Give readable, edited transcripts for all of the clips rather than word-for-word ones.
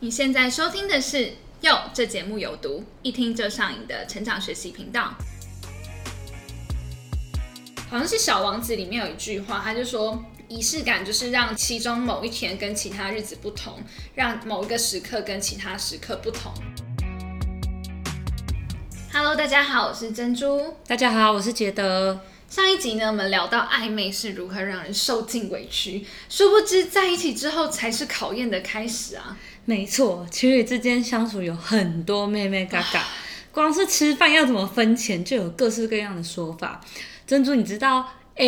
你现在收听的是这节目有毒，一听就上瘾的成长学习频道。好像是《小王子》里面有一句话，他就说仪式感就是让其中某一天跟其他日子不同，让某一个时刻跟其他时刻不同。Hello， 大家好，我是珍珠。 大家好，我是杰德。 上一集呢，我们聊到暧昧是如何让人受尽委屈，殊不知在一起之后才是考验的开始啊！ 没错，情侣之间相处有很多妹妹嘎嘎，光是吃饭要怎么分钱就有各式各样的说法。珍珠，你知道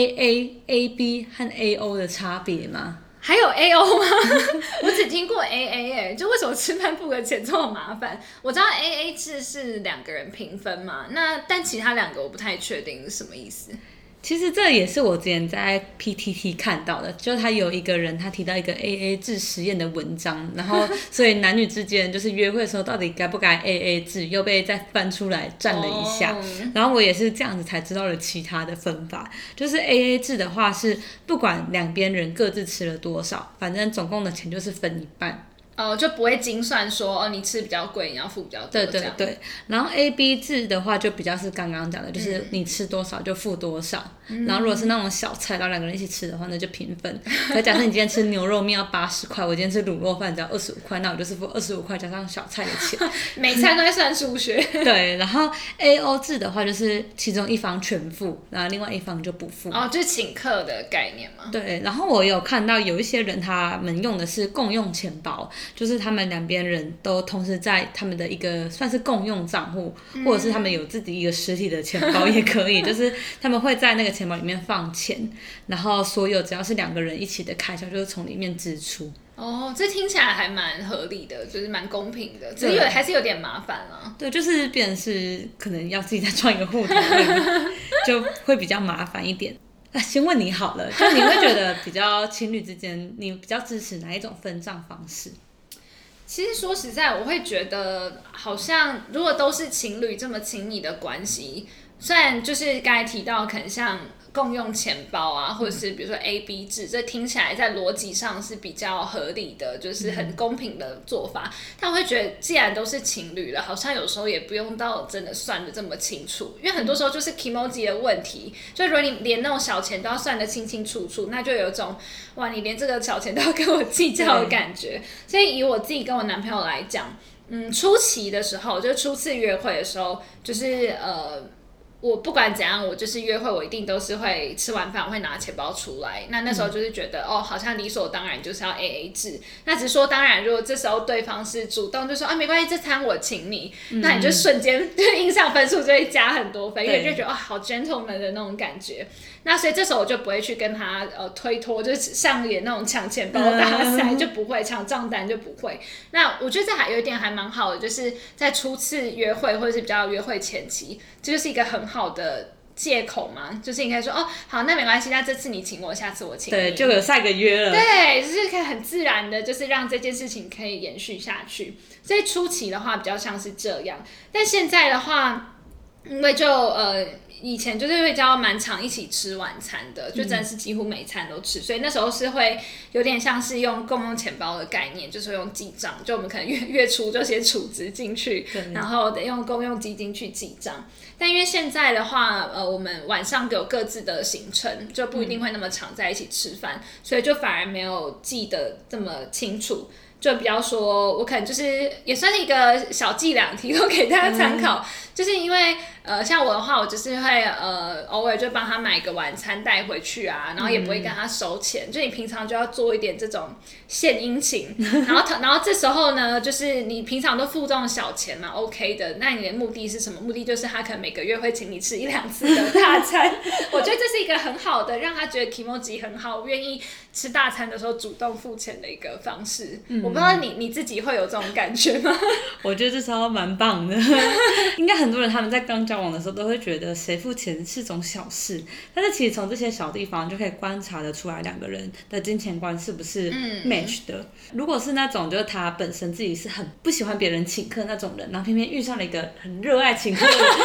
AA、AB 和 AO 的差别吗？ 还有 AO 吗？我只听过 AA 就为什么吃饭付个钱这么麻烦？我知道 AA 制是两个人平分嘛，但其他两个我不太确定是什么意思。 其实这也是我之前在 PTT 看到的，就他有一个人他提到一个 AA 制实验的文章，然后所以男女之间就是约会的时候到底该不该 AA 制，又被再翻出来站了一下。然后我也是这样子才知道了其他的分法，就是 AA 制的话是不管两边人各自吃了多少，反正总共的钱就是分一半。 就不会精算说你吃比较贵，你要付比较多。 对对对，然后 AB 制的话就比较是刚刚讲的，就是你吃多少就付多少。然后如果是那种小菜，然后两个人一起吃的话，那就平分。可假设你今天吃牛肉面要80块，我今天吃卤肉饭只要25块，那我就是付25块加上小菜的钱。 每餐都在算数学。 对，然后 AO 制的话就是其中一方全付，然后另外一方就不付。 就是请客的概念嘛。 对，然后我有看到有一些人他们用的是共用钱包。就是他们两边人都同时在他们的一个算是共用账户，或者是他们有自己一个实体的钱包也可以，就是他们会在那个钱包里面放钱，然后所有只要是两个人一起的开销就是从里面支出。 这听起来还蛮合理的，就是蛮公平的，只是还是有点麻烦啊。 对，就是变成是可能要自己再创一个户头，就会比较麻烦一点。先问你好了，就你会觉得比较情侣之间，你比较支持哪一种分账方式？ 其实说实在，我会觉得好像如果都是情侣这么亲密的关系，虽然就是刚才提到可能像共用钱包啊，或者是比如说 AB 制，这听起来在逻辑上是比较合理的，就是很公平的做法。但我会觉得，既然都是情侣了，好像有时候也不用到真的算得这么清楚，因为很多时候就是 kimoji 的问题。就如果你连那种小钱都要算得清清楚楚，那就有一种哇，你连这个小钱都要跟我计较的感觉。所以以我自己跟我男朋友来讲，初期的时候，就是初次约会的时候，就是我不管怎样，我就是约会，我一定都是会吃完饭我会拿钱包出来。那时候就是觉得好像理所当然就是要 AA 制。那只是说当然，如果这时候对方是主动就说没关系，这餐我请你，那你就瞬间就印象分数就会加很多分，因为就觉得好 gentleman 的那种感觉。那所以这时候我就不会去跟他推脱，就是上演那种抢钱包大赛，就不会抢账单就不会。那我觉得这还有一点还蛮好的，就是在初次约会或者是比较约会前期，这就是一个很好的借口嘛，就是你可以说好，那没关系，那这次你请我，下次我请你， 对，就有下一个约了。 对，就是可以很自然的，就是让这件事情可以延续下去。所以初期的话比较像是这样，但现在的话，因为就以前就是会交蛮常一起吃晚餐的，就真的是几乎每餐都吃，所以那时候是会有点像是用共用钱包的概念，就是用记账，就我们可能月初就先储值进去，然后得用公用基金去记账。但因为现在的话，我们晚上有各自的行程，就不一定会那么常在一起吃饭，所以就反而没有记得这么清楚。就比较说，我可能就是也算是一个小伎俩，提供给大家参考。就是因为像我的话，我就是会偶尔就帮他买个晚餐带回去啊，然后也不会跟他收钱。就你平常就要做一点这种献殷勤，然后这时候呢，就是你平常都付这种小钱嘛 ，OK 的。那你的目的是什么？目的就是他可能每个月会请你吃1-2次的大餐。我觉得这是一个很好的，让他觉得 kimoji 很好，愿意吃大餐的时候主动付钱的一个方式。我不知道你自己会有这种感觉吗？ 我觉得这招蛮棒的。应该很多人他们在刚交往的时候都会觉得谁付钱是种小事，但是其实从这些小地方就可以观察得出来两个人的金钱观是不是 match 的。如果是那种就是他本身自己是很不喜欢别人请客那种人，然后偏偏遇上了一个很热爱请客的人，然后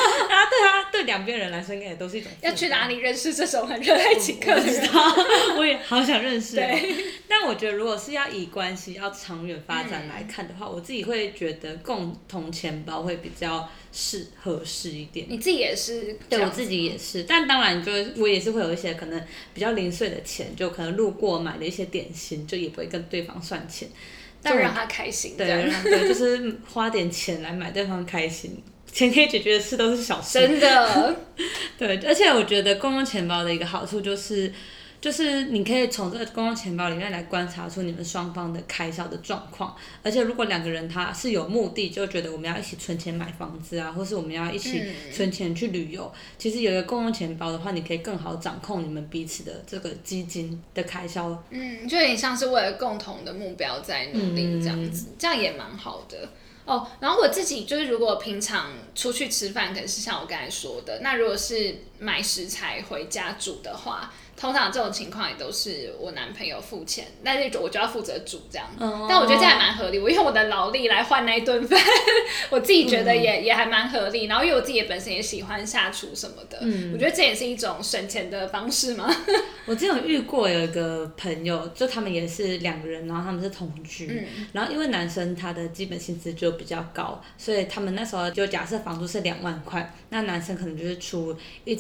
对啊，对两边人来说应该也都是一种负担。 要去哪里认识这种很热爱请客的人？ 我也好想认识、 对。 但我觉得如果是要以关系要长远发展来看的话，我自己会觉得共同钱包会比较合适一点。 你自己也是？ 对，我自己也是。但当然我也是会有一些可能比较零碎的钱，就可能路过买了一些点心，就也不会跟对方算钱。 就让他开心， 对，就是花点钱来买对方开心，钱可以解决的事都是小事， 真的。 对，而且我觉得公共钱包的一个好处就是你可以从这个公共钱包里面来观察出你们双方的开销的状况，而且如果两个人他是有目的，就觉得我们要一起存钱买房子啊，或是我们要一起存钱去旅游，其实有一个公共钱包的话，你可以更好掌控你们彼此的这个基金的开销。 就有点像是为了共同的目标在努力这样子，这样也蛮好的。然后我自己就是，如果平常出去吃饭，可能是像我刚才说的，那如果是买食材回家煮的话，通常这种情况也都是我男朋友付钱，但是我就要负责煮这样。但我觉得这还蛮合理，我用我的劳力来换那一顿饭，我自己觉得也还蛮合理。然后因为我自己也本身也喜欢下厨什么的，我觉得这也是一种省钱的方式嘛。 我之前有遇过有一个朋友，就他们也是两个人，然后他们是同居，然后因为男生他的基本薪资就比较高，所以他们那时候就假设房租是2万块，那男生可能就是出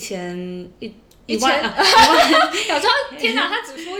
1万， 有时候天哪，他只付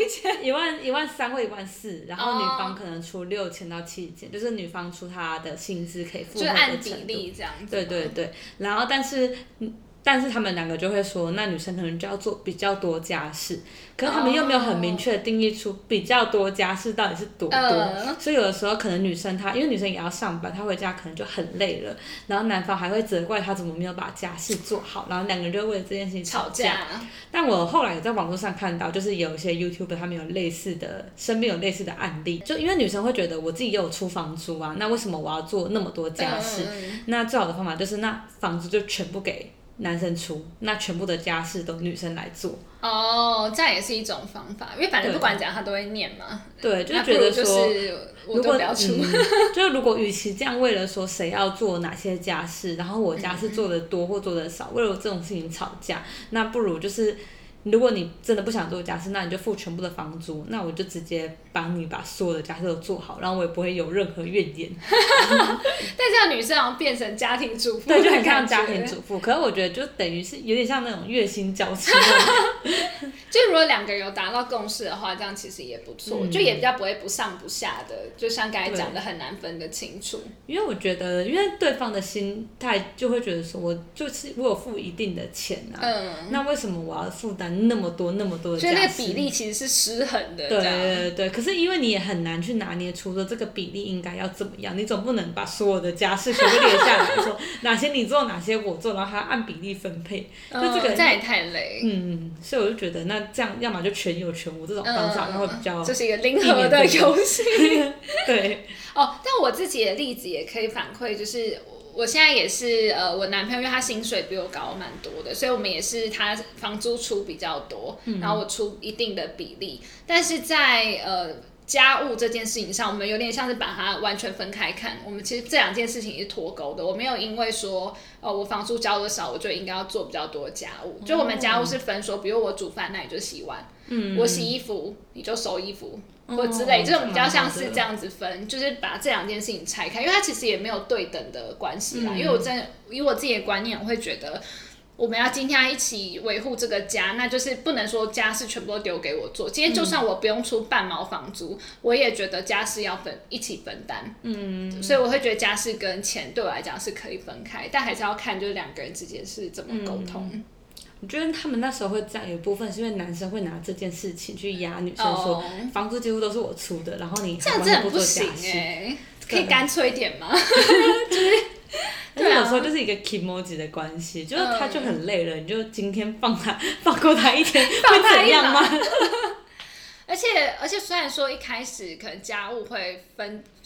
13000或14000，然后女方可能出6000到7000，就是女方出她的薪资可以负荷的程度， 就是按比例这样子。 对，然后但是他们两个就会说，那女生可能就要做比较多家事，可是他们又没有很明确的定义出比较多家事到底是多多，所以有的时候可能女生因为女生也要上班，她回家可能就很累了，然后男方还会责怪她怎么没有把家事做好，然后两个人就为了这件事情吵架。但我后来有在网络上看到，就是有一些 YouTuber 他们有身边有类似的案例，就因为女生会觉得我自己也有出房租啊，那为什么我要做那么多家事？那最好的方法就是那房租就全部给男生出，那全部的家事都女生来做。 这样也是一种方法，因为反正不管怎样他都会念嘛。 对，就是觉得说， 我都不要出。 就是如果与其这样为了说谁要做哪些家事，然后我家事做的多或做的少，为了这种事情吵架，那不如就是。如果你真的不想做家事，那你就付全部的房租，那我就直接帮你把所有的家事都做好，然后我也不会有任何怨言。 但这样女生好像变成家庭主妇， 对，就很像家庭主妇。可是我觉得就等于是有点像那种月薪娇妻。 就如果两个人有达到共识的话，这样其实也不错，就也比较不会不上不下的，就像刚才讲的很难分得清楚。 因为我觉得，因为对方的心态就会觉得说，我有付一定的钱啊，那为什么我要负担那么多的家事？ 所以那个比例其实是失衡的。 对。可是因为你也很难去拿捏出说这个比例应该要怎么样，你总不能把所有的家事全部列下来说哪些你做，哪些我做，然后还要按比例分配，就这个这样也太累。 所以我就觉得那这样要么就全有全无这种方法，然后比较这是一个零和的游戏。 对。 但我自己的例子也可以反馈，就是我现在也是我男朋友，因为他薪水比我高蛮多的，所以我们也是他房租出比较多，然后我出一定的比例，但是在家务这件事情上，我们有点像是把它完全分开看。我们其实这两件事情是脱钩的。我没有因为说，我房租交的少，我就应该要做比较多的家务。就我们家务是分说，比如我煮饭，那你就洗碗；我洗衣服，你就收衣服，或之类。这种比较像是这样子分，就是把这两件事情拆开，因为它其实也没有对等的关系啦。因为我真的以我自己的观念，我会觉得。我们要今天一起维护这个家，那就是不能说家事全部都丢给我做。今天就算我不用出半毛房租，我也觉得家事要一起分担。所以我会觉得家事跟钱对我来讲是可以分开，但还是要看就是两个人之间是怎么沟通。 我觉得他们那时候会这样，有一部分是因为男生会拿这件事情去压女生说，房租几乎都是我出的，然后你这样真的不行可以干脆一点吗？就是但是有时候就是一个 kimoji 的关系，就是他就很累了，你就今天放过他一天，会怎样吗？ 而且虽然说一开始可能家务会分，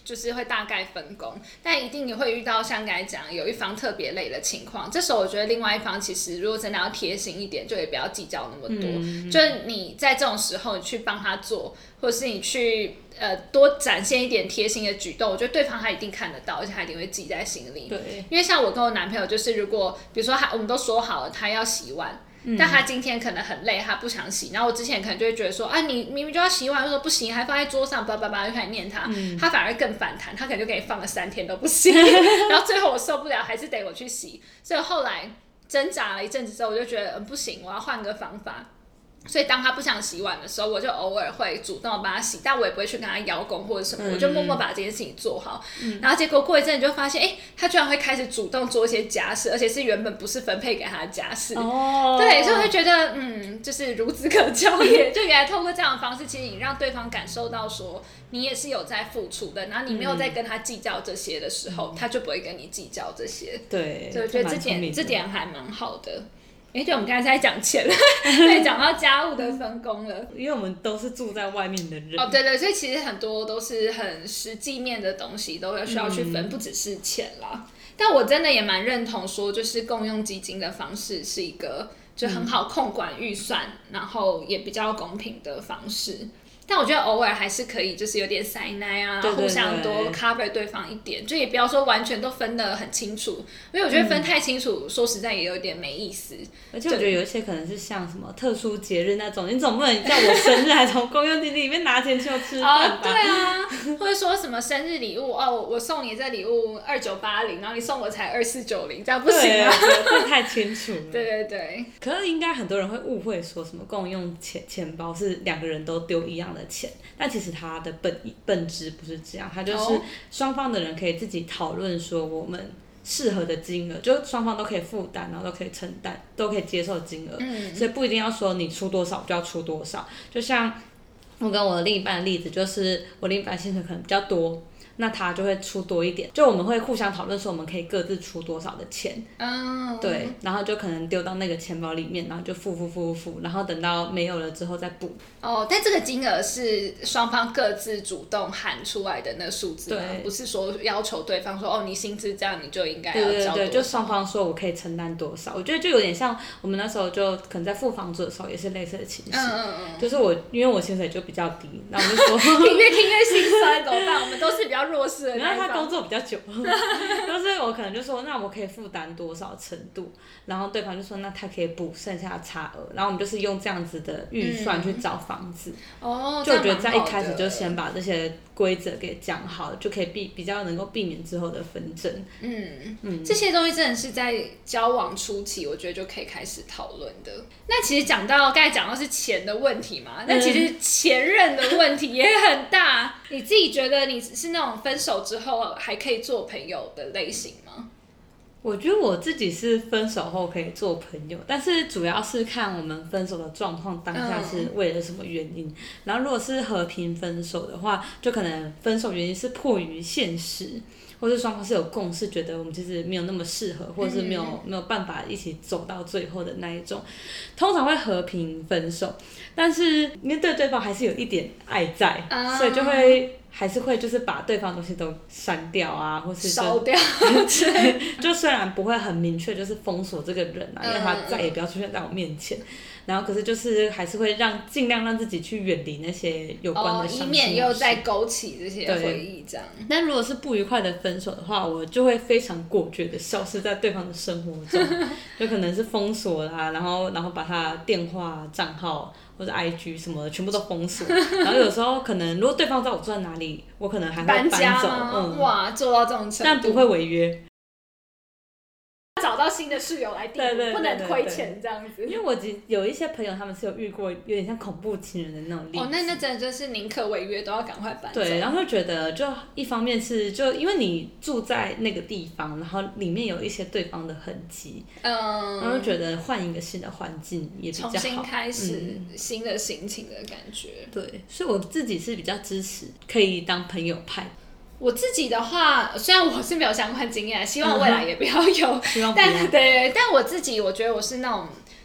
就是会大概分工，但一定也会遇到像刚才讲有一方特别累的情况。这时候我觉得另外一方其实如果真的要贴心一点，就也不要计较那么多。就是你在这种时候你去帮他做，或是你去多展现一点贴心的举动，我觉得对方他一定看得到，而且他一定会记在心里。 对， 因为像我跟我男朋友，就是如果比如说我们都说好了他要洗碗。但他今天可能很累，他不想洗。然后我之前可能就会觉得说，啊，你明明就要洗碗，就说不行，还放在桌上，叭叭叭，就开始念他。他反而更反弹，他可能就给你放了3天都不洗。然后最后我受不了，还是得我去洗。所以后来挣扎了一阵子之后，我就觉得，不行，我要换个方法。所以当他不想洗碗的时候，我就偶尔会主动帮他洗，但我也不会去跟他邀功或者什么，我就默默把这件事情做好。然后结果过一阵你就发现，他居然会开始主动做一些家事，而且是原本不是分配给他的家事。对，所以我就觉得，就是孺子可教也。就原来透过这样的方式，其实你让对方感受到说你也是有在付出的，然后你没有在跟他计较这些的时候，他就不会跟你计较这些。 对， 所以我觉得这点还蛮好的。对，我们刚才在讲钱，对，讲到家务的分工了。 因为我们都是住在外面的人。 对，所以其实很多都是很实际面的东西，都需要去分，不只是钱啦。但我真的也蛮认同说，就是共用基金的方式是一个就很好控管预算，然后也比较公平的方式。但我觉得偶尔还是可以，就是有点塞奶啊，互相多 cover 对方一点，就也不要说完全都分得很清楚，因为我觉得分太清楚，说实在也有点没意思。 而且我觉得有一些可能是像什么特殊节日那种，你总不能叫我生日还从公用基金里面拿钱去吃饭吧？ 对啊，或者说什么生日礼物我送你这礼物2980，然后你送我才2490，这样不行啊， 这太清楚了。 对。 可是应该很多人会误会说什么共用钱包是2个人都丢一样的钱，但其实它的本质不是这样，它就是双方的人可以自己讨论说我们适合的金额，就双方都可以负担，然后都可以承担，都可以接受金额，所以不一定要说你出多少就要出多少。就像我跟我的另一半的例子，就是我另一半薪水可能比较多，那他就会出多一点，就我们会互相讨论说我们可以各自出多少的钱，对，然后就可能丢到那个钱包里面，然后就付，然后等到没有了之后再补。 但这个金额是双方各自主动喊出来的那个数字吗？不是说要求对方说你薪资这样你就应该要交多少。 对，就双方说我可以承担多少，我觉得就有点像我们那时候就可能在付房租的时候也是类似的情形。就是因为我薪水就比较低，那我就说越听越心酸，怎么办？我们都是比较弱势的那一方。 然后他工作比较久，就是我可能就说那我可以负担多少程度，然后对方就说那他可以补剩下的差额，然后我们就是用这样子的预算去找房子。就我觉得在一开始就先把这些规则给讲好，就可以比较能够避免之后的纷争。 这些东西真的是在交往初期，我觉得就可以开始讨论的。那其实刚才讲到是钱的问题嘛，那其实前任的问题也很大。你自己觉得你是那种分手之后还可以做朋友的类型吗？ 我觉得我自己是分手后可以做朋友，但是主要是看我们分手的状况当下是为了什么原因。然后如果是和平分手的话，就可能分手原因是迫于现实，或是双方是有共识，觉得我们其实没有那么适合，或者是没有办法一起走到最后的那一种，通常会和平分手。但是因为对对方还是有一点爱在，所以就会还是会就是把对方的东西都删掉啊，或是烧掉就虽然不会很明确就是封锁这个人啊，因为他再也不要出现在我面前，然后可是就是还是会尽量让自己去远离那些有关的伤心事， 以免又再勾起这些回忆这样。 但如果是不愉快的分手的话，我就会非常果决的消失在对方的生活中就可能是封锁啦，然后把他的电话账号或者 IG 什么的全部都封锁然后有时候可能如果对方知道我住在哪里，我可能还会搬走。 哇，做到这种程度， 但不会违约， 找到新的室友来订，不能亏钱这样子。 因为我有一些朋友，他们是有遇过有点像恐怖情人的那种例子。 那真的就是宁可违约都要赶快搬走。 对，然后就觉得就一方面是就因为你住在那个地方，然后里面有一些对方的痕迹，然后就觉得换一个新的环境也比较好， 重新开始新的心情的感觉。 对，所以我自己是比较支持可以当朋友派。 我自己的话，虽然我是没有相关经验，希望未来也不要有， 希望不要。 但我自己我觉得我是那种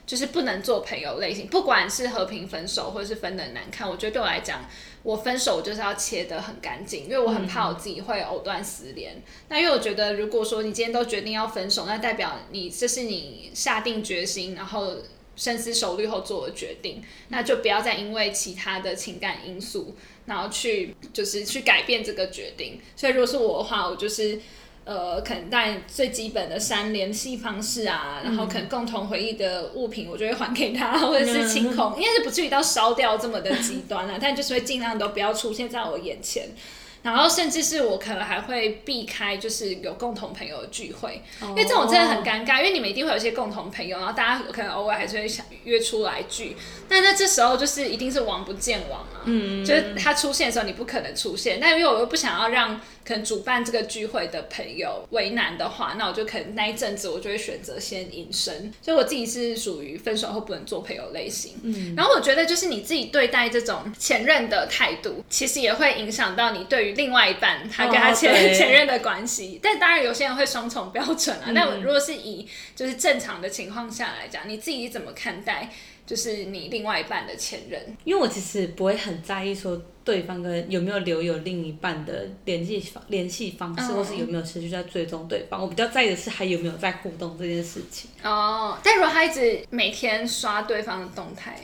就是不能做朋友类型，不管是和平分手或者是分得很难看，我觉得对我来讲，我分手就是要切得很干净，因为我很怕我自己会藕断丝连。那因为我觉得，如果说你今天都决定要分手，那代表这是你下定决心，然后深思熟虑后做的决定，那就不要再因为其他的情感因素，然后去改变这个决定。所以如果是我的话，我就是可能带最基本的删联系方式啊，然后可能共同回忆的物品，我就会还给他，或者是清空，应该是不至于到烧掉这么的极端啦，但就是会尽量都不要出现在我眼前。然后甚至是我可能还会避开就是有共同朋友的聚会，因为这种真的很尴尬，因为你们一定会有一些共同朋友，然后大家可能偶尔还是会想约出来聚，但那这时候就是一定是王不见王啊，就是他出现的时候你不可能出现，但因为我又不想要让可能主办这个聚会的朋友为难的话，那我就可能那一阵子我就会选择先隐身，所以我自己是属于分手后不能做朋友类型。然后我觉得就是你自己对待这种前任的态度，其实也会影响到你对于另外一半他跟他前任的关系。但当然有些人会双重标准啊。那如果是以就是正常的情况下来讲，你自己怎么看待就是你另外一半的前任？ 因为我其实不会很在意说对方跟有没有留有另一半的联系方式，或是有没有持续在追踪对方。我比较在意的是还有没有在互动这件事情。 但如果他一直每天刷对方的动态，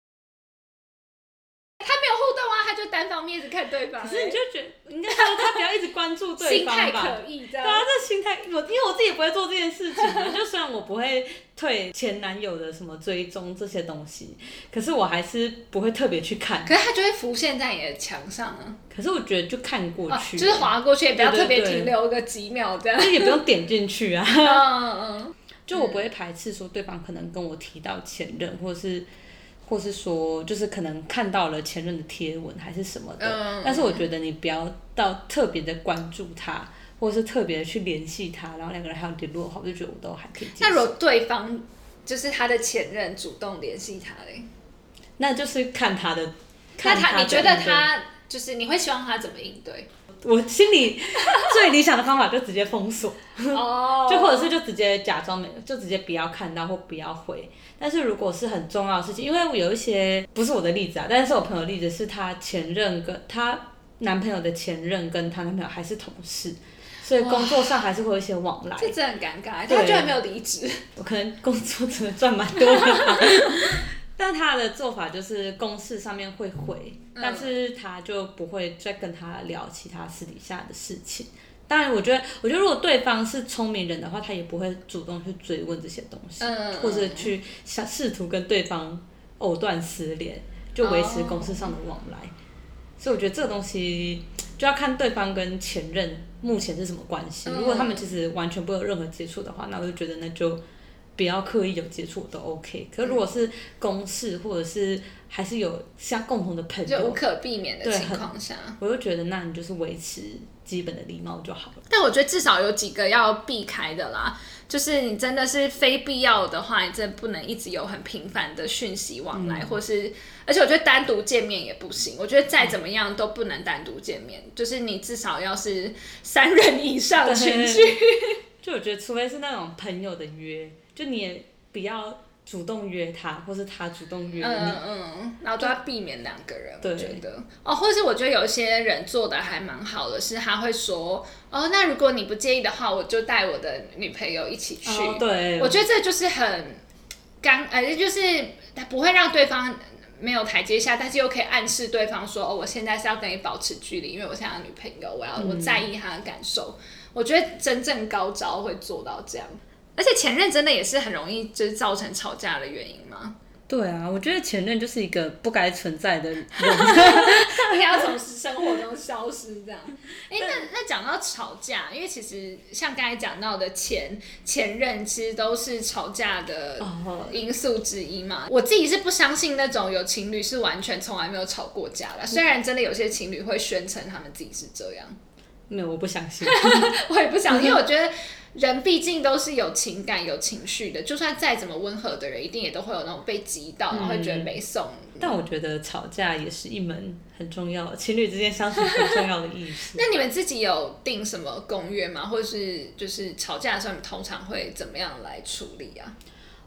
他没有互动啊，他就单方面一直看对方。 可是你就觉得应该说他不要一直关注对方吧， 心态可疑这样。 对啊，这心态，因为我自己也不会做这件事情啊。就虽然我不会退前男友的什么追踪这些东西，可是我还是不会特别去看。 可是他就会浮现在你的墙上啊。 可是我觉得就看过去， 就是滑过去，也不要特别停留个几秒这样。 就也不用点进去啊。就我不会排斥说对方可能跟我提到前任，或是说就是可能看到了前任的贴文还是什么的，但是我觉得你不要到特别的关注他，或是特别的去联系他，然后两个人还有联络好，我就觉得我都还可以接受。 那如果对方就是他的前任主动联系他嘞，那就是看他的。 你觉得他就是你会希望他怎么应对？ 我心里最理想的方法就直接封锁，就或者是就直接假装没，就直接不要看到或不要回。但是如果是很重要的事情，因为我有一些不是我的例子啊，但是我朋友的例子是她前任跟她男朋友的前任跟她男朋友还是同事，所以工作上还是会有一些往来。 这真的很尴尬，他居然没有离职。 我可能工作真的赚蛮多的。但他的做法就是公事上面会回，但是他就不会再跟他聊其他私底下的事情。当然我觉得如果对方是聪明人的话，他也不会主动去追问这些东西，或者去试图跟对方藕断丝连，就维持公事上的往来。所以我觉得这个东西就要看对方跟前任目前是什么关系。如果他们其实完全不会有任何接触的话，那我就觉得那就不要刻意有接触都 OK。可是如果是公事或者是还是有像共同的朋友， 就无可避免的情况下， 我就觉得那你就是维持基本的礼貌就好了。 但我觉得至少有几个要避开的啦，就是你真的是非必要的话，你真的不能一直有很频繁的讯息往来，或是而且我觉得单独见面也不行，我觉得再怎么样都不能单独见面，就是你至少要是3人以上群聚。 就我觉得除非是那种朋友的约，就你也不要主动约他，或是他主动约你， 然后都要避免2个人， 对， 我觉得或者是我觉得有一些人做的还蛮好的，是他会说那如果你不介意的话，我就带我的女朋友一起去。 对， 我觉得这就是很就是他不会让对方没有台阶下，但是又可以暗示对方说我现在是要跟你保持距离，因为我现在有女朋友，我在意他的感受。我觉得真正高招会做到这样。而且前任真的也是很容易就是造成吵架的原因吗？ 对啊，我觉得前任就是一个不该存在的人， 应该要从生活中消失这样。那讲到吵架，因为其实像刚才讲到的前任，其实都是吵架的因素之一嘛。我自己是不相信那种有情侣是完全从来没有吵过架的，虽然真的有些情侣会宣称他们自己是这样。 没有，我不相信。 我也不相信，因为我觉得人毕竟都是有情感有情绪的，就算再怎么温和的人，一定也都会有那种被击到，然后会觉得没送。 但我觉得吵架也是一门很重要的情侣之间相处很重要的艺术。 那你们自己有定什么公约吗？或者是就是吵架的时候，你们通常会怎么样来处理啊？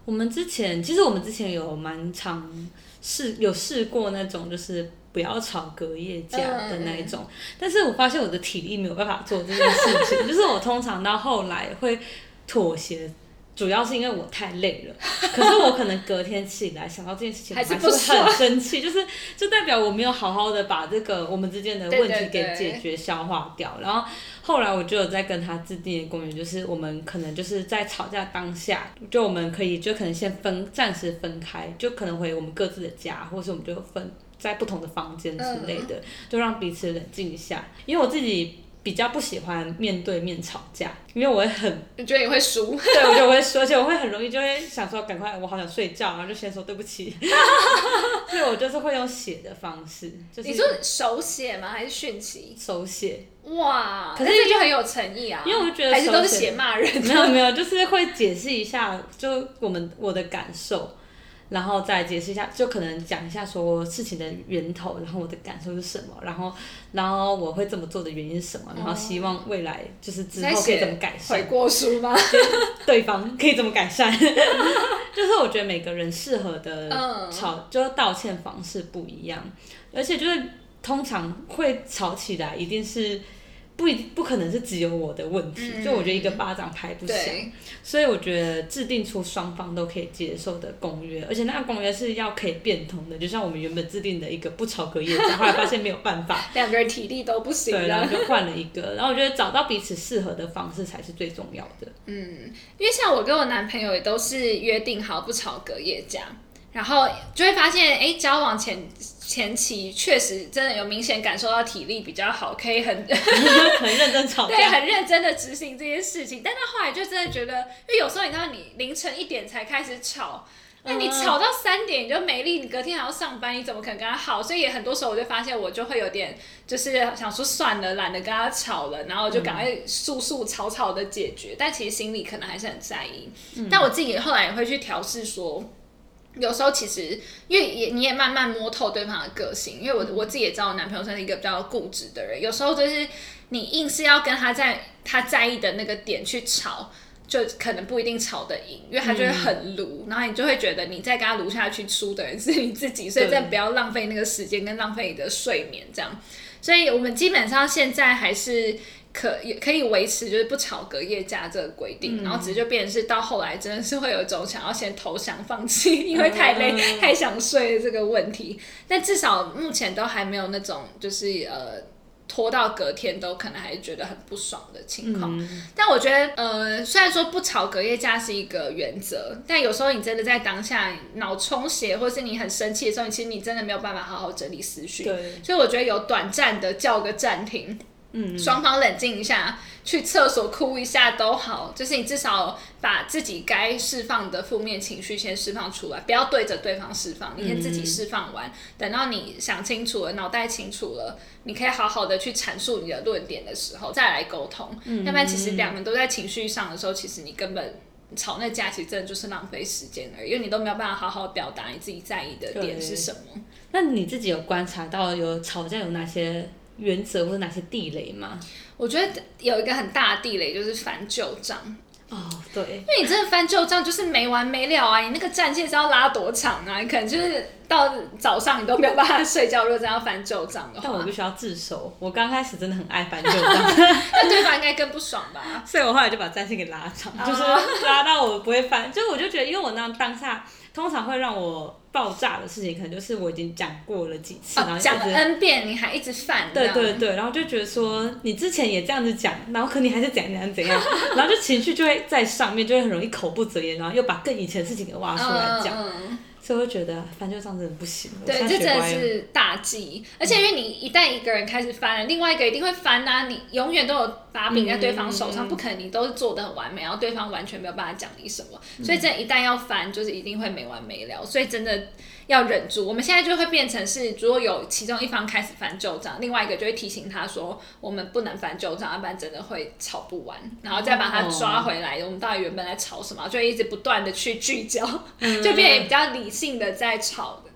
我们之前有蛮常有试过那种就是不要吵隔夜架的那一种，但是我发现我的体力没有办法做这件事情，就是我通常到后来会妥协。主要是因为我太累了，可是我可能隔天起来想到这件事情，我还是会很生气，就代表我没有好好的把这个我们之间的问题给解决消化掉。然后后来我就有在跟他制定的公约，就是我们可能就是在吵架当下，就我们可以就可能先暂时分开，就可能回我们各自的家，或是我们就分在不同的房间之类的，就让彼此冷静一下。因为我自己比较不喜欢面对面吵架，因为我会你觉得你会输？ 对，我觉得我会输，而且我会很容易就会想说赶快，我好想睡觉，然后就先说对不起。所以我就是会用写的方式，就是你说手写吗？还是讯息？ 手写。 哇，可是这就很有诚意啊！ 因为我觉得还是都是写骂人的。 没有，就是会解释一下，就我的感受。然后再解释一下，就可能讲一下说事情的源头，然后我的感受是什么，然后我会这么做的原因是什么，然后希望未来就是之后可以怎么改善。 悔过书吗？ 对方可以怎么改善？就是我觉得每个人适合的就是道歉方式不一样，而且就是通常会吵起来，一定是。不可能是只有我的问题，就我觉得一个巴掌拍不响，所以我觉得制定出双方都可以接受的公约，而且那个公约是要可以变通的，就像我们原本制定的一个不吵隔夜架，后来发现没有办法， 两个人体力都不行， 对，然后就换了一个，然后我觉得找到彼此适合的方式才是最重要的。 因为像我跟我男朋友也都是约定好不吵隔夜架。然后就会发现，交往前期确实真的有明显感受到体力比较好，可以很认真吵架， 对，很认真的执行这件事情。但是后来就真的觉得，因为有时候你知道，你凌晨1点才开始吵，那你吵到3点你就没力，你隔天还要上班，你怎么可能跟他好？所以也很多时候我就发现，我就会有点就是想说算了，懒得跟他吵了，然后就赶快速吵的解决。但其实心里可能还是很在意。但我自己后来也会去调试说。有时候其实，因为你也慢慢摸透对方的个性，因为我自己也知道我男朋友算是一个比较固执的人，有时候就是你硬是要跟他在意的那个点去吵，就可能不一定吵得赢，因为他就会很鲁，然后你就会觉得你再跟他鲁下去，输的人是你自己，所以真的不要浪费那个时间跟浪费你的睡眠这样。所以我们基本上现在还是。可以维持就是不吵隔夜架这个规定，然后只是就变成是到后来真的是会有一种想要先投降放弃，因为太累、太想睡的这个问题。但至少目前都还没有那种就是拖到隔天都可能还是觉得很不爽的情况。但我觉得虽然说不吵隔夜架是一个原则，但有时候你真的在当下脑充血，或是你很生气的时候，其实你真的没有办法好好整理思绪。所以我觉得有短暂的叫个暂停。双方冷静一下，去厕所哭一下都好，就是你至少把自己该释放的负面情绪先释放出来，不要对着对方释放，你先自己释放完，等到你想清楚了，脑袋清楚了，你可以好好的去阐述你的论点的时候再来沟通。要不然其实两个人都在情绪上的时候，其实你根本吵那架其实真的就是浪费时间而已，因为你都没有办法好好表达你自己在意的点是什么。 那你自己有观察到有吵架有哪些原则或者哪些地雷吗？ 我觉得有一个很大的地雷就是翻旧账。 对， 因为你真的翻旧账就是没完没了啊！你那个战线是要拉多长啊？你可能就是到早上你都没有办法睡觉，如果真要翻旧账的话。 但我必须要自首，我刚开始真的很爱翻旧账， 那对方应该更不爽吧？ 所以我后来就把战线给拉长，就是拉到我不会翻。就我就觉得，因为我那当下通常会让我爆炸的事情，可能就是我已经讲过了几次，然后讲了 N 遍，你还一直犯。 对，然后就觉得说你之前也这样子讲，然后可你还是怎样，然后就情绪就会在上面，就会很容易口不择言，然后又把更以前的事情给挖出来讲。所以我就觉得翻旧账真的不行。 对，这真的是大忌。而且因为你一旦一个人开始翻了，另外一个一定会翻啊！你永远都有把柄在对方手上，不可能你都做得很完美，然后对方完全没有办法讲你什么。所以真的一旦要翻，就是一定会没完没了。所以真的要忍住。我们现在就会变成是，如果有其中一方开始翻旧账，另外一个就会提醒他说，我们不能翻旧账，要不然真的会吵不完。然后再把他抓回来，我们到底原本在吵什么，就一直不断的去聚焦，就变得比较理性的在吵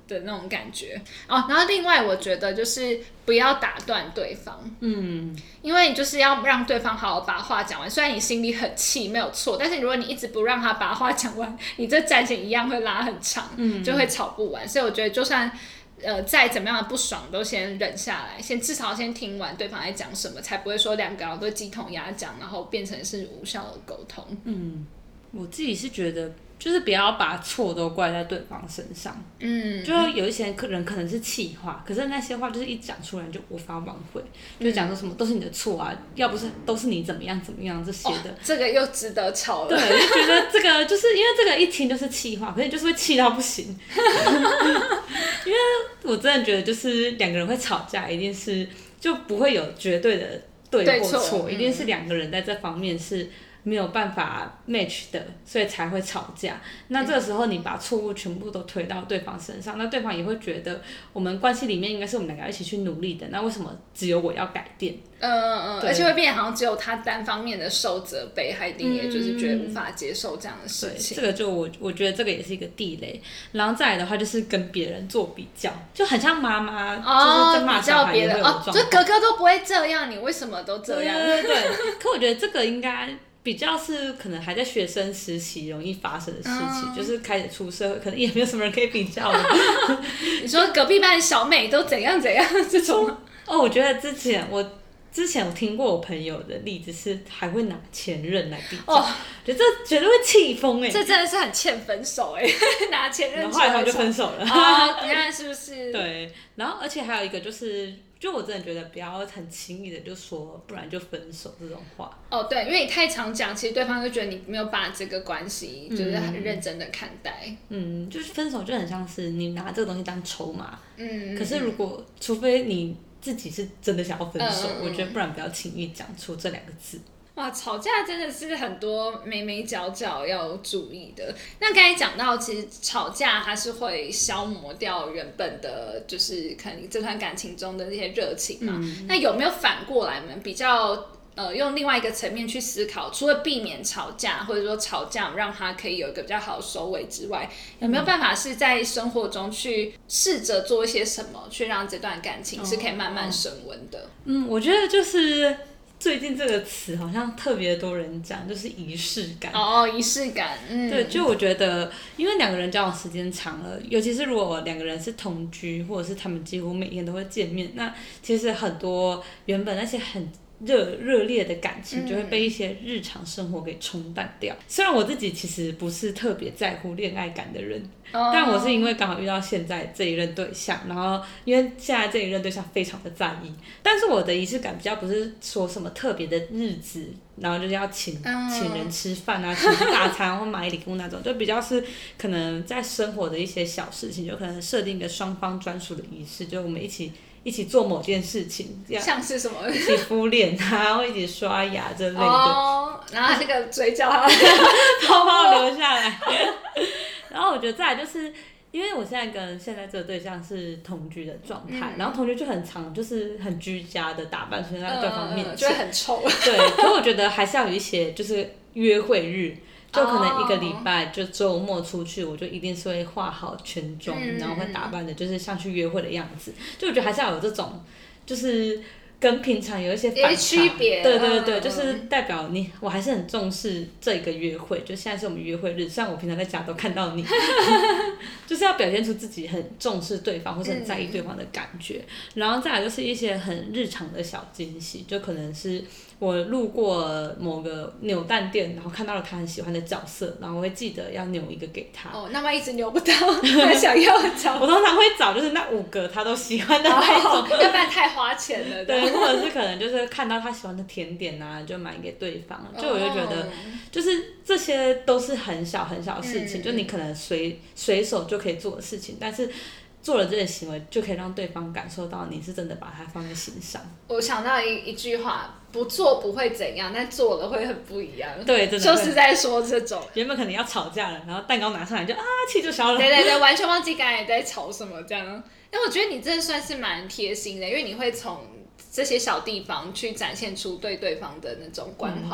的那种感觉哦。然后另外我觉得就是不要打断对方，因为你就是要让对方好好把话讲完。虽然你心里很气没有错，但是如果你一直不让他把话讲完，你这战线一样会拉很长，就会吵不完。所以我觉得就算再怎么样的不爽都先忍下来，至少先听完对方在讲什么，才不会说两个人都鸡同鸭讲，然后变成是无效的沟通。 我自己是觉得就是不要把错都怪在对方身上。就有一些人可能是气话，可是那些话就是一讲出来就无法挽回，就讲说什么都是你的错啊，要不是都是你怎么样怎么样这些的。 这个又值得吵了。 对，就觉得这个就是因为这个一听就是气话，可是你就是会气到不行。因为我真的觉得就是两个人会吵架，一定是就不会有绝对的对或错，一定是两个人在这方面是没有办法 match 的，所以才会吵架。那这个时候你把错误全部都推到对方身上，那对方也会觉得我们关系里面应该是我们两个一起去努力的，那为什么只有我要改变？ 而且会变得好像只有他单方面的受责备，他一定也就是觉得无法接受这样的事情。 这个就我觉得这个也是一个地雷。然后再来的话就是跟别人做比较，就很像妈妈就是在骂小孩也会有状况， 就哥哥都不会这样，你为什么都这样？ 对。可我觉得这个应该比较是可能还在学生时期容易发生的事情，就是开始出社会，可能也没有什么人可以比较了。 你说隔壁班小美都怎样怎样这种？ 我觉得之前我听过我朋友的例子是还会拿前任来比较，觉得这绝对会气疯哎， 这真的是很欠分手哎，拿前任出来， 然后后来他们就分手了。 你看是不是？ 对，然后而且还有一个就是。就我真的觉得不要很轻易的就说不然就分手这种话。 对，因为你太常讲，其实对方就觉得你没有把这个关系就是很认真的看待。 就是分手就很像是你拿这个东西当筹码。可是除非你自己是真的想要分手，我觉得不然不要轻易讲出这两个字。 哇，吵架真的是很多眉眉角角要注意的。那刚才讲到，其实吵架它是会消磨掉原本的，就是可能这段感情中的那些热情嘛。那有没有反过来，我们比较用另外一个层面去思考，除了避免吵架，或者说吵架让它可以有一个比较好的收尾之外，有没有办法是在生活中去试着做一些什么，去让这段感情是可以慢慢升温的？ 我觉得就是最近这个词好像特别多人讲，就是仪式感。 仪式感。 对，就我觉得，因为两个人交往时间长了，尤其是如果两个人是同居，或者是他们几乎每天都会见面，那其实很多原本那些很热烈的感情就会被一些日常生活给冲淡掉。虽然我自己其实不是特别在乎恋爱感的人，但我是因为刚好遇到现在这一任对象，然后因为现在这一任对象非常的在意，但是我的仪式感比较不是说什么特别的日子，然后就是要请人吃饭啊，请大餐或买礼物那种，就比较是可能在生活的一些小事情，就可能设定一个双方专属的仪式，就我们一起做某件事情，这样像是什么？ 一起敷脸啊，或一起刷牙之类的。 然后那个嘴角还泡泡流下来。然后我觉得再来就是因为我现在跟现在这个对象是同居的状态，然后同居就很常就是很居家的打扮出现在对方面前， 就会很臭。 对，可我觉得还是要有一些就是约会日。就可能一个礼拜就周末出去，我就一定是会化好全妆，然后会打扮的，就是像去约会的样子。就我觉得还是要有这种，就是跟平常有一些反差区别。 对，就是代表我还是很重视这个约会。就现在是我们约会日，虽然我平常在家都看到你，就是要表现出自己很重视对方或是很在意对方的感觉。然后再来就是一些很日常的小惊喜，就可能是我路过某个扭蛋店，然后看到了他很喜欢的角色，然后我会记得要扭一个给他。 那么一直扭不到他想要的角色。 我通常会找就是那5个他都喜欢的那种， 要不然太花钱了。 对，或者是可能就是看到他喜欢的甜点啊，就买给对方。就我就觉得，就是这些都是很小很小的事情，就你可能随手就可以做的事情，但是做了这些行为就可以让对方感受到你是真的把它放在心上。 我想到一句话，不做不会怎样，但做了会很不一样。 对，真的就是在说这种原本可能要吵架了，然后蛋糕拿上来就气就消了。 对，完全忘记刚才在吵什么这样。因为我觉得你真的算是蛮贴心的，因为你会从这些小地方去展现出对对方的那种关怀。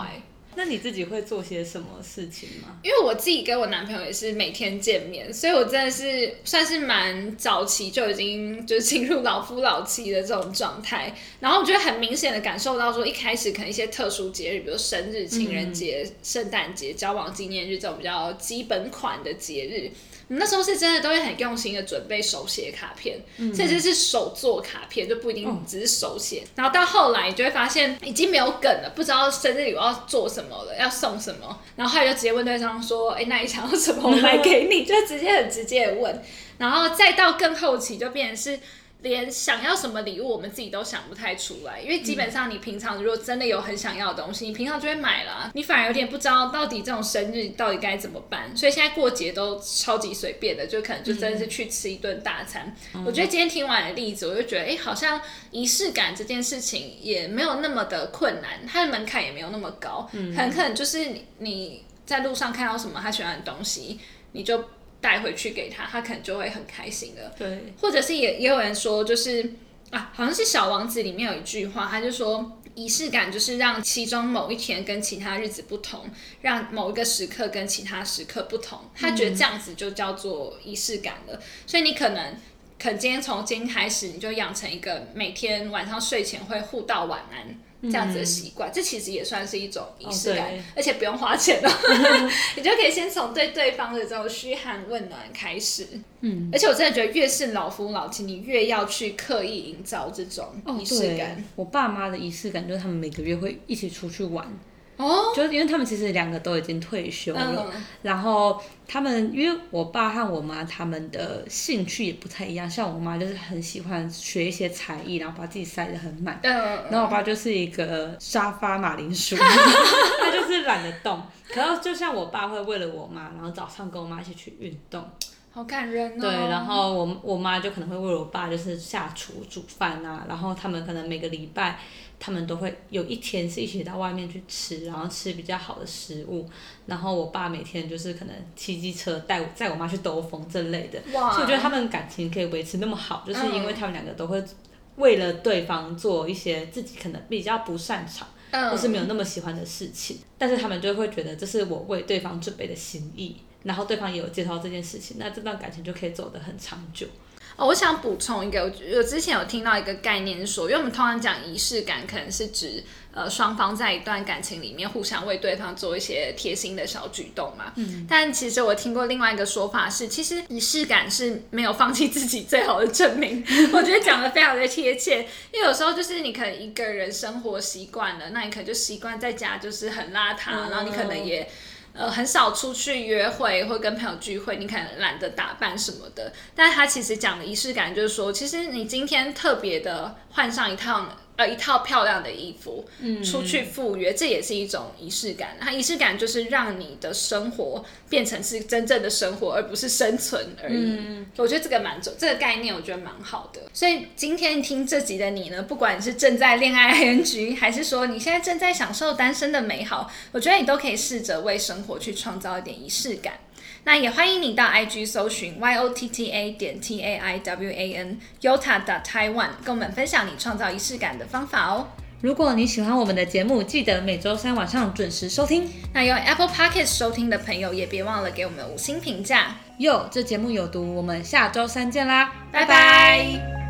那你自己会做些什么事情吗？ 因为我自己跟我男朋友也是每天见面，所以我真的是算是蛮早期就已经就是进入老夫老妻的这种状态。然后我觉得很明显的感受到说，一开始可能一些特殊节日，比如生日、情人节、圣诞节、交往纪念日这种比较基本款的节日。那时候是真的都会很用心的准备手写卡片，甚至是手做卡片，就不一定只是手写。然后到后来，你就会发现已经没有梗了，不知道生日礼物要做什么了，要送什么。然后后来就直接问对方说：“那你想要什么，我买给你。”就直接很直接的问。然后再到更后期，就变成是连想要什么礼物我们自己都想不太出来，因为基本上你平常如果真的有很想要的东西，你平常就会买了，你反而有点不知道到底这种生日到底该怎么办，所以现在过节都超级随便的，就可能就真的是去吃一顿大餐。我觉得今天听完的例子，我就觉得好像仪式感这件事情也没有那么的困难，它的门槛也没有那么高，可能就是你在路上看到什么他喜欢的东西，你就带回去给他，他可能就会很开心的。 对， 或者是也有人说，就是好像是《小王子》里面有一句话，他就说仪式感就是让其中某一天跟其他日子不同，让某一个时刻跟其他时刻不同。他觉得这样子就叫做仪式感了。所以你可能从今天开始，你就养成一个每天晚上睡前会互道晚安这样子的习惯，这其实也算是一种仪式感，而且不用花钱你就可以先从对方的这种嘘寒问暖开始。而且我真的觉得越是老夫老妻，你越要去刻意营造这种仪式感。 我爸妈的仪式感就是他们每个月会一起出去玩。就是因为他们其实两个都已经退休了，然后他们因为我爸和我妈他们的兴趣也不太一样，像我妈就是很喜欢学一些才艺，然后把自己塞得很满，然后我爸就是一个沙发马铃薯，他就是懒得动。可是就像我爸会为了我妈，然后早上跟我妈一起去运动。 好感人哦！ 对，然后我妈就可能会为我爸就是下厨煮饭啊，然后他们可能每个礼拜他们都会有一天是一起到外面去吃，然后吃比较好的食物，然后我爸每天就是可能骑机车载我妈去兜风这类的。哇！所以我觉得他们感情可以维持那么好，就是因为他们两个都会为了对方做一些自己可能比较不擅长或是没有那么喜欢的事情，但是他们就会觉得这是我为对方准备的心意，然后对方也有接受到这件事情，那这段感情就可以走得很长久。 我想补充一个，我之前有听到一个概念说，因为我们通常讲仪式感，可能是指双方在一段感情里面互相为对方做一些贴心的小举动嘛。但其实我听过另外一个说法是，其实仪式感是没有放弃自己最好的证明。我觉得讲得非常的贴切，因为有时候就是你可能一个人生活习惯了，那你可能就习惯在家就是很邋遢，然后你可能也很少出去约会或跟朋友聚会，你可能懒得打扮什么的。但是他其实讲的仪式感就是说，其实你今天特别的换上一套漂亮的衣服，出去赴约，这也是一种仪式感。它仪式感就是让你的生活变成是真正的生活，而不是生存而已。我觉得这个概念我觉得蛮好的。所以今天听这集的你呢，不管你是正在恋爱 ING， 还是说你现在正在享受单身的美好，我觉得你都可以试着为生活去创造一点仪式感。那也欢迎你到 IG 搜寻 YOTTA.TAIWAN YOTA.Taiwan， 跟我们分享你创造仪式感的方法哦。 如果你喜欢我们的节目，记得每周三晚上准时收听。 那用 Apple Podcast 收听的朋友，也别忘了给我们5星评价。 这节目有毒，我们下周三见啦， 拜拜。